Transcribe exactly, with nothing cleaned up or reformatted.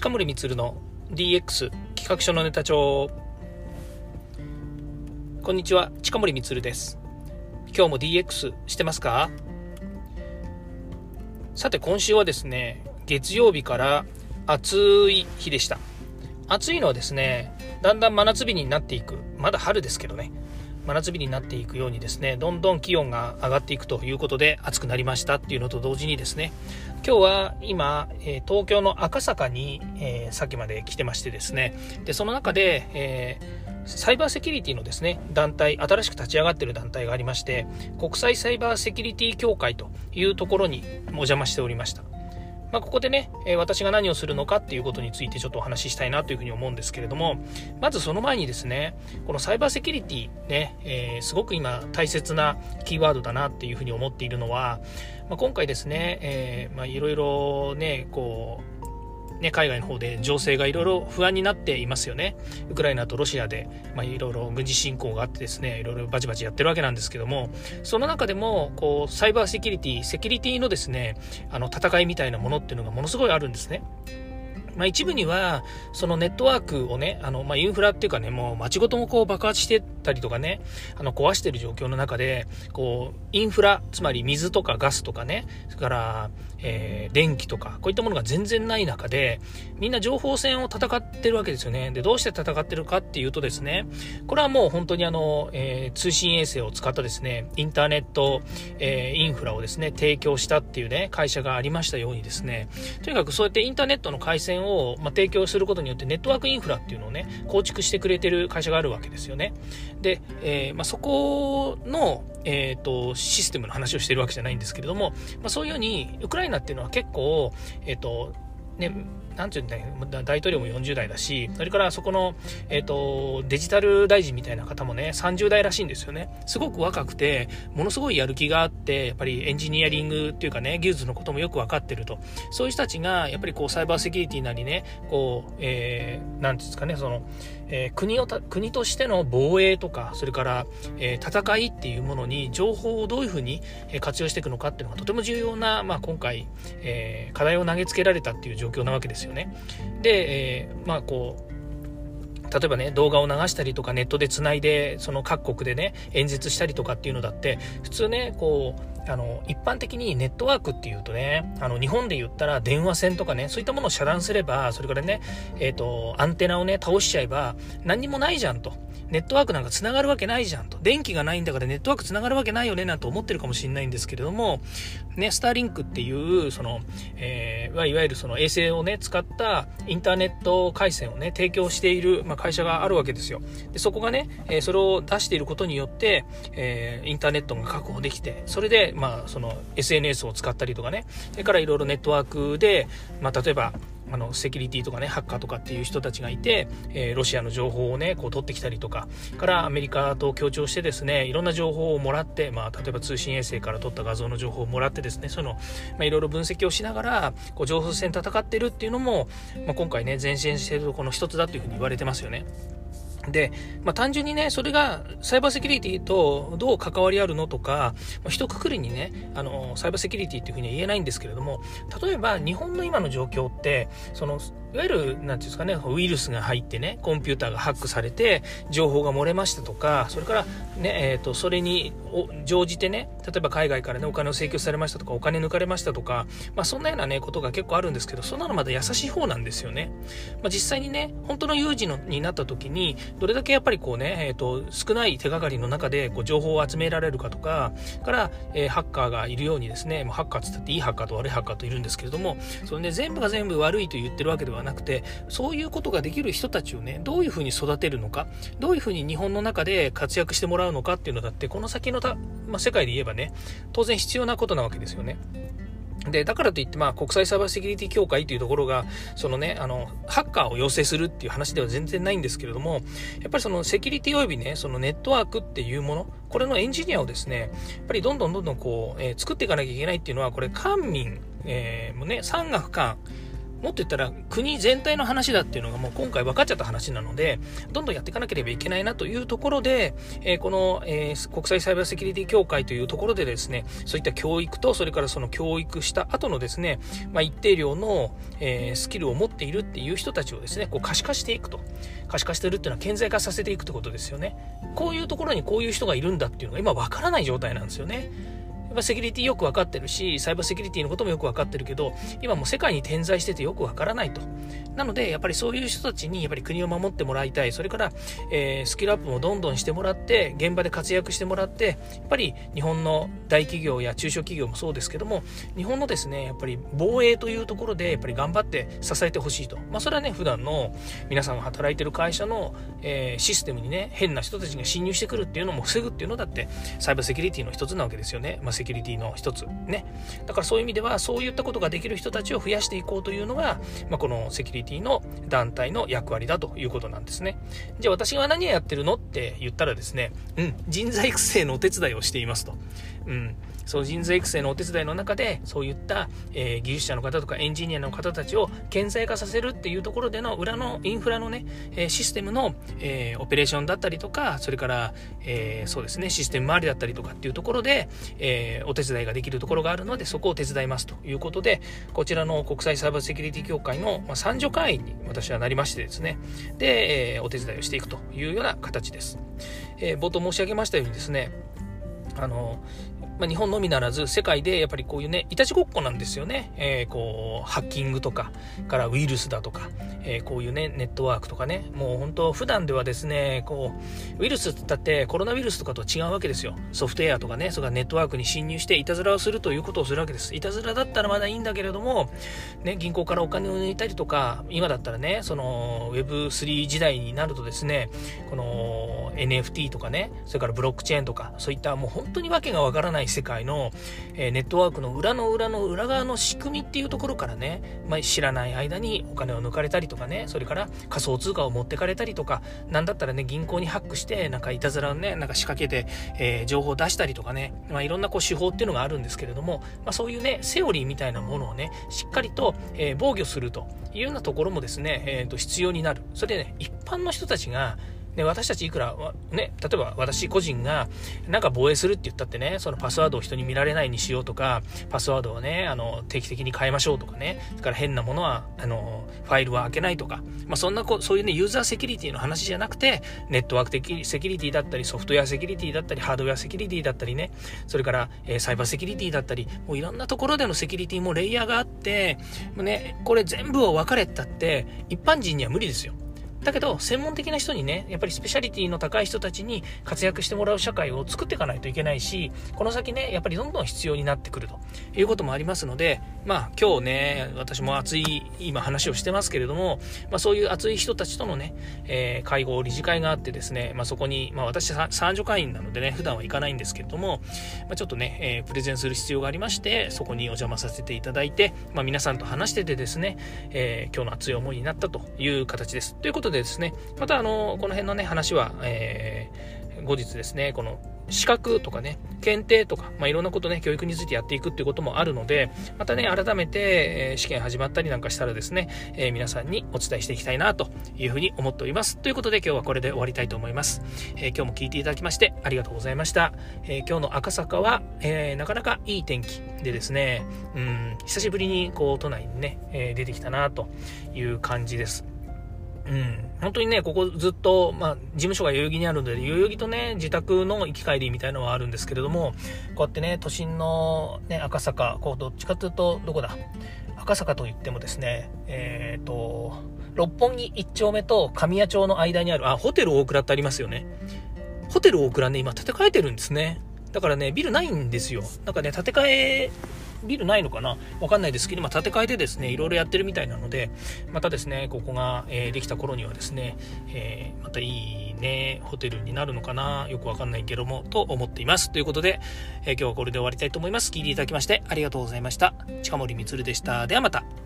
近森光の ディーエックス 企画書のネタ帳。こんにちは、近森光です。今日も ディーエックス してますか？さて、今週はですね、月曜日から暑い日でした。暑いのはですね、だんだん真夏日になっていく、まだ春ですけどね、真夏日になっていくようにですね、どんどん気温が上がっていくということで暑くなりましたっていうのと同時にですね、今日は今、えー、東京の赤坂に、えー、さっきまで来てましてですね、でその中で、えー、サイバーセキュリティのですね団体、新しく立ち上がっている団体がありまして、国際サイバーセキュリティ協会というところにお邪魔しておりました。まあ、ここでね、えー、私が何をするのかっていうことについてちょっとお話ししたいなというふうに思うんですけれども、まずその前にですね、このサイバーセキュリティね、えー、すごく今大切なキーワードだなっていうふうに思っているのは、まあ、今回ですね、えー、まあいろいろね、こうね、海外の方で情勢がいろいろ不安になっていますよね。ウクライナとロシアで、まあ、いろいろ軍事侵攻があってですね、いろいろバチバチやってるわけなんですけども、その中でもこうサイバーセキュリティ、セキュリティのですね、あの戦いみたいなものっていうのがものすごいあるんですね。まあ、一部にはそのネットワークをね、あのまあインフラっていうかね、もう街ごともこう爆発してたりとかね、あの壊してる状況の中で、こうインフラ、つまり水とかガスとかね、それから、えー、電気とかこういったものが全然ない中で、みんな情報戦を戦ってるわけですよね。で、どうして戦ってるかっていうとですね、これはもう本当にあの、えー、通信衛星を使ったですね、インターネット、えー、インフラをですね提供したっていうね会社がありましたようにですね、とにかくそうやってインターネットの回線を、まあ、提供することによってネットワークインフラっていうのをね構築してくれてる会社があるわけですよね。で、えーまあ、そこの、えー、とシステムの話をしてるわけじゃないんですけれども、まあ、そういうようにウクライナっていうのは結構、えーとね、なんていうんだよ、大統領もよんじゅう代だし、それからそこの、えーと、デジタル大臣みたいな方もね、さんじゅう代らしいんですよね。すごく若くて、ものすごいやる気があって、やっぱりエンジニアリングっていうかね、技術のこともよく分かってると。そういう人たちが、やっぱりこう、サイバーセキュリティなりね、こう、えー、なんていうんですかね、その、えー、国をた、国としての防衛とか、それから、えー、戦いっていうものに、情報をどういうふうに活用していくのかっていうのがとても重要な、まあ今回、えー、課題を投げつけられたっていう状況なわけですよね。で、えー、まあこう例えばね、動画を流したりとかネットでつないでその各国でね演説したりとかっていうのだって、普通ねこうあの一般的にネットワークっていうとね、あの日本で言ったら電話線とかね、そういったものを遮断すれば、それからね、えーと、アンテナをね倒しちゃえば何にもないじゃんと、ネットワークなんかつながるわけないじゃんと、電気がないんだからネットワークつながるわけないよねなんて思ってるかもしれないんですけれどもね、スターリンクっていうその、えー、いわゆるその衛星をね使ったインターネット回線をね提供している、まあ、会社があるわけですよ。でそこがね、えー、それを出していることによって、えー、インターネットが確保できて、それでまあその エスエヌエス を使ったりとかね、それからいろいろネットワークで、まあ、例えばあのセキュリティとかねハッカーとかっていう人たちがいて、えー、ロシアの情報をねこう取ってきたりとかからアメリカと協調してですね、いろんな情報をもらって、まあ、例えば通信衛星から取った画像の情報をもらってですね、その、まあ、いろいろ分析をしながらこう情報戦戦ってるっていうのも、まあ、今回ね前進しているところの一つだというふうに言われてますよね。で、まあ、単純にねそれがサイバーセキュリティとどう関わりあるのとか、まあ、一括りにねあのサイバーセキュリティっていうふうには言えないんですけれども、例えば日本の今の状況ってそのいわゆるなんていうんですかね、ウイルスが入ってねコンピューターがハックされて情報が漏れましたとか、それからね、えーと、それに乗じてね、例えば海外からねお金を請求されましたとか、お金抜かれましたとか、まあ、そんなようなねことが結構あるんですけど、そんなのまだ優しい方なんですよね。まあ、実際にね本当の有事のになった時にどれだけやっぱりこうね、えーと、少ない手がかりの中でこう情報を集められるかとかから、えー、ハッカーがいるようにですね、もうハッカーって言っていいハッカーと悪いハッカーといるんですけれども、それね全部が全部悪いと言ってるわけではなくて、そういうことができる人たちをねどういうふうに育てるのか、どういうふうに日本の中で活躍してもらうのかっていうのだって、この先のた、まあ、世界で言えばね当然必要なことなわけですよね。でだからといって、まあ、国際サイバーセキュリティ協会というところがそのねあのハッカーを養成するっていう話では全然ないんですけれども、やっぱりそのセキュリティおよびねそのネットワークっていうもの、これのエンジニアをですねやっぱりどんどんどんどんこう、えー、作っていかなきゃいけないっていうのは、これ官民、えー、もね産学官もっと言ったら国全体の話だっていうのがもう今回分かっちゃった話なので、どんどんやっていかなければいけないなというところで、えー、この、えー、国際サイバーセキュリティ協会というところでですね、そういった教育と、それからその教育した後のですね、まあ、一定量の、えー、スキルを持っているっていう人たちをですね、こう可視化していくと。可視化してるっていうのは顕在化させていくってことですよね。こういうところにこういう人がいるんだっていうのが今分からない状態なんですよね。セキュリティよく分かってるし、サイバーセキュリティのこともよく分かってるけど、今もう世界に点在しててよく分からないと。なのでやっぱりそういう人たちにやっぱり国を守ってもらいたい。それから、えー、スキルアップもどんどんしてもらって、現場で活躍してもらって、やっぱり日本の大企業や中小企業もそうですけども、日本のですねやっぱり防衛というところでやっぱり頑張って支えてほしいと。まあそれはね、普段の皆さんが働いてる会社の、えー、システムにね、変な人たちが侵入してくるっていうのも防ぐっていうのだってサイバーセキュリティの一つなわけですよね。まあセキュリティの一つね。だからそういう意味ではそういったことができる人たちを増やしていこうというのが、まあ、このセキュリティの団体の役割だということなんですね。じゃあ私は何をやってるのって言ったらですね、うん、人材育成のお手伝いをしていますと。うん、そう人材育成のお手伝いの中でそういった、えー、技術者の方とかエンジニアの方たちを顕在化させるっていうところでの裏のインフラのね、えー、システムの、えー、オペレーションだったりとか、それから、えー、そうですねシステム周りだったりとかっていうところで、えー、お手伝いができるところがあるので、そこを手伝いますということで、こちらの国際サイバーセキュリティ協会の、まあ、参助会員に私はなりましてですね、で、えー、お手伝いをしていくというような形です。えー、冒頭申し上げましたようにですね、あのまあ、日本のみならず世界でやっぱりこういうねいたちごっこなんですよね。えー、こうハッキングとかからウイルスだとか、えー、こういうねネットワークとかね、もう本当普段ではですねこうウイルスって言ったってコロナウイルスとかとは違うわけですよ。ソフトウェアとかね、それからネットワークに侵入していたずらをするということをするわけです。いたずらだったらまだいいんだけれども、ね、銀行からお金を抜いたりとか、今だったらねその ウェブスリー 時代になるとですね、この エヌエフティー とかね、それからブロックチェーンとか、そういったもう本当にわけがわからない世界の、えー、ネットワークの裏の裏の裏側の仕組みっていうところからね、まあ、知らない間にお金を抜かれたりとかね、それから仮想通貨を持ってかれたりとか、なんだったらね銀行にハックしてなんかいたずらをねなんか仕掛けて、えー、情報を出したりとかね、まあ、いろんなこう手法っていうのがあるんですけれども、まあ、そういうねセオリーみたいなものをねしっかりと、えー、防御するというようなところもですね、えー、と必要になる。それでね一般の人たちがね、私たちいくら、ね、例えば私個人がなんか防衛するって言ったってね、そのパスワードを人に見られないにしようとか、パスワードをね、あの、定期的に変えましょうとかね、それから変なものは、あの、ファイルは開けないとか、まあそんなこ、そういうね、ユーザーセキュリティの話じゃなくて、ネットワーク的セキュリティだったり、ソフトウェアセキュリティだったり、ハードウェアセキュリティだったりね、それから、えー、サイバーセキュリティだったり、もういろんなところでのセキュリティもレイヤーがあって、もうね、これ全部を分かれったって、一般人には無理ですよ。だけど専門的な人にね、やっぱりスペシャリティの高い人たちに活躍してもらう社会を作っていかないといけないし、この先ねやっぱりどんどん必要になってくるということもありますので、まあ今日ね私も熱い今話をしてますけれども、まあ、そういう熱い人たちとのね、えー、会合理事会があってですね、まあ、そこに、まあ、私は参助会員なのでね普段は行かないんですけれども、まあ、ちょっとね、えー、プレゼンする必要がありまして、そこにお邪魔させていただいて、まあ、皆さんと話しててですね、えー、今日の熱い思いになったという形です。ということでですね、またあのこの辺のね話は、えー、後日ですね、この資格とかね検定とか、まあ、いろんなことね教育についてやっていくっていうこともあるので、またね改めて、えー、試験始まったりなんかしたらですね、えー、皆さんにお伝えしていきたいなというふうに思っております。ということで今日はこれで終わりたいと思います。えー、今日も聞いていただきましてありがとうございました。えー、今日の赤坂は、えー、なかなかいい天気でですね、うん久しぶりにこう都内にね、えー、出てきたなという感じです。うん、本当にねここずっと、まあ、事務所が代々木にあるので代々木とね自宅の行き帰りみたいなのはあるんですけれども、こうやってね都心の、ね、赤坂、こうどっちかというとどこだ赤坂といってもですね、えーと六本木一丁目と神谷町の間にあるあホテル大倉ってありますよね。ホテル大倉ね今建て替えてるんですね。だからねビルないんですよ。なんかね建て替えビルないのかなわかんないですけど、まあ、建て替えてですねいろいろやってるみたいなので、またですねここが、えー、できた頃にはですね、えー、またいいねホテルになるのかなよくわかんないけどもと思っています。ということで、えー、今日はこれで終わりたいと思います。聞いていただきましてありがとうございました。近森光でした。ではまた。